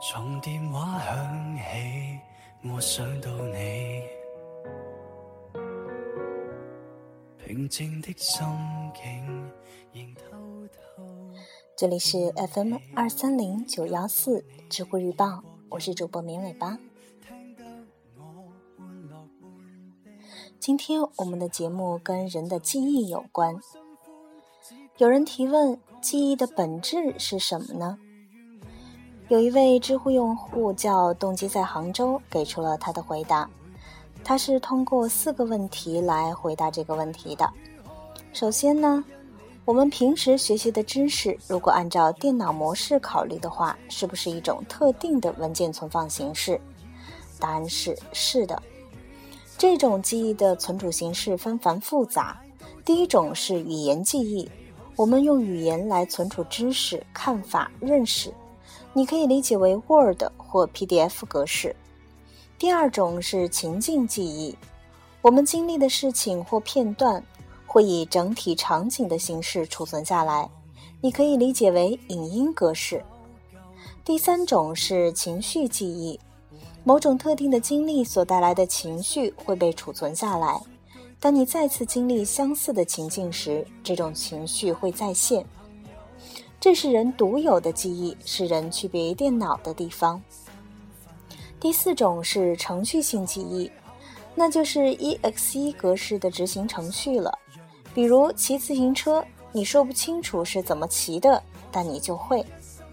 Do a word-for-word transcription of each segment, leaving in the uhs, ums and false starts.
从电话响起，我想到你，平静的心境仍偷偷。 这里是 F M 二三零九幺四知乎日报，我是主播绵尾巴。今天我们的节目跟人的记忆有关。有人提问，记忆的本质是什么呢？有一位知乎用户叫动机在杭州，给出了他的回答。他是通过四个问题来回答这个问题的。首先呢，我们平时学习的知识，如果按照电脑模式考虑的话，是不是一种特定的文件存放形式？答案是是的。这种记忆的存储形式纷繁复杂。第一种是语言记忆，我们用语言来存储知识、看法、认识，你可以理解为 Word 或 P D F 格式。第二种是情境记忆，我们经历的事情或片段会以整体场景的形式储存下来，你可以理解为影音格式。第三种是情绪记忆，某种特定的经历所带来的情绪会被储存下来，当你再次经历相似的情境时，这种情绪会再现。这是人独有的记忆，是人区别于电脑的地方。第四种是程序性记忆，那就是 E X E 格式的执行程序了。比如骑自行车，你说不清楚是怎么骑的，但你就会。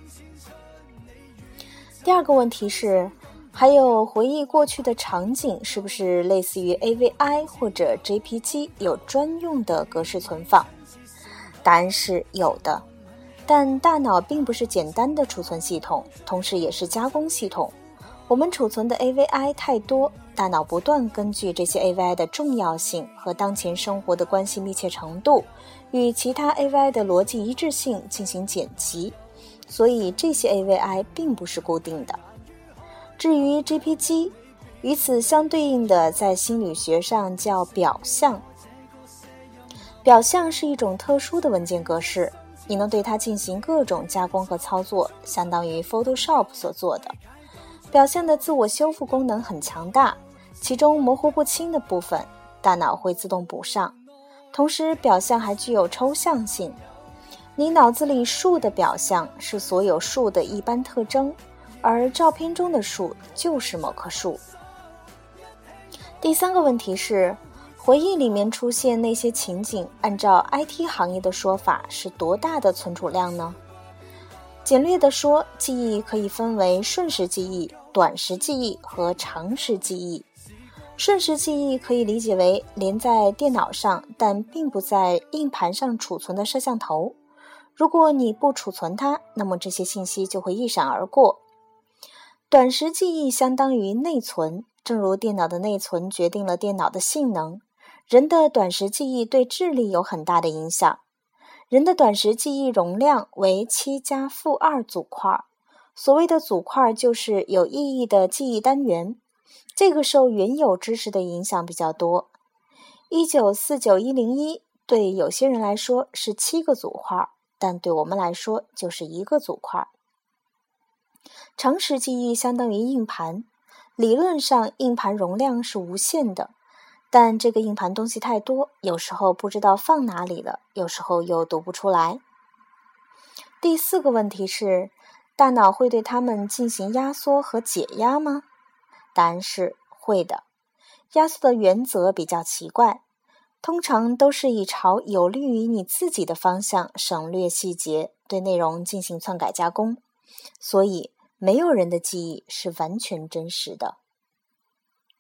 第二个问题是，还有回忆过去的场景是不是类似于 A V I 或者 J P G 有专用的格式存放？答案是有的，但大脑并不是简单的储存系统，同时也是加工系统。我们储存的 A V I 太多，大脑不断根据这些 A V I 的重要性和当前生活的关系密切程度，与其他 A V I 的逻辑一致性进行剪辑，所以这些 A V I 并不是固定的。至于 G P G， 与此相对应的在心理学上叫表象。表象是一种特殊的文件格式，你能对它进行各种加工和操作，相当于 Photoshop 所做的。表象的自我修复功能很强大，其中模糊不清的部分，大脑会自动补上。同时，表象还具有抽象性。你脑子里树的表象是所有树的一般特征，而照片中的树就是某棵树。第三个问题是，回忆里面出现那些情景，按照 I T 行业的说法是多大的存储量呢？简略地说，记忆可以分为瞬时记忆、短时记忆和长时记忆。瞬时记忆可以理解为连在电脑上但并不在硬盘上储存的摄像头，如果你不储存它，那么这些信息就会一闪而过。短时记忆相当于内存，正如电脑的内存决定了电脑的性能，人的短时记忆对智力有很大的影响。人的短时记忆容量为七加负二组块，所谓的组块就是有意义的记忆单元，这个受原有知识的影响比较多。一九四九一零一对有些人来说是七个组块，但对我们来说就是一个组块。长时记忆相当于硬盘，理论上硬盘容量是无限的，但这个硬盘东西太多，有时候不知道放哪里了，有时候又读不出来。第四个问题是，大脑会对它们进行压缩和解压吗？答案是会的。压缩的原则比较奇怪，通常都是以朝有利于你自己的方向省略细节，对内容进行篡改加工，所以没有人的记忆是完全真实的。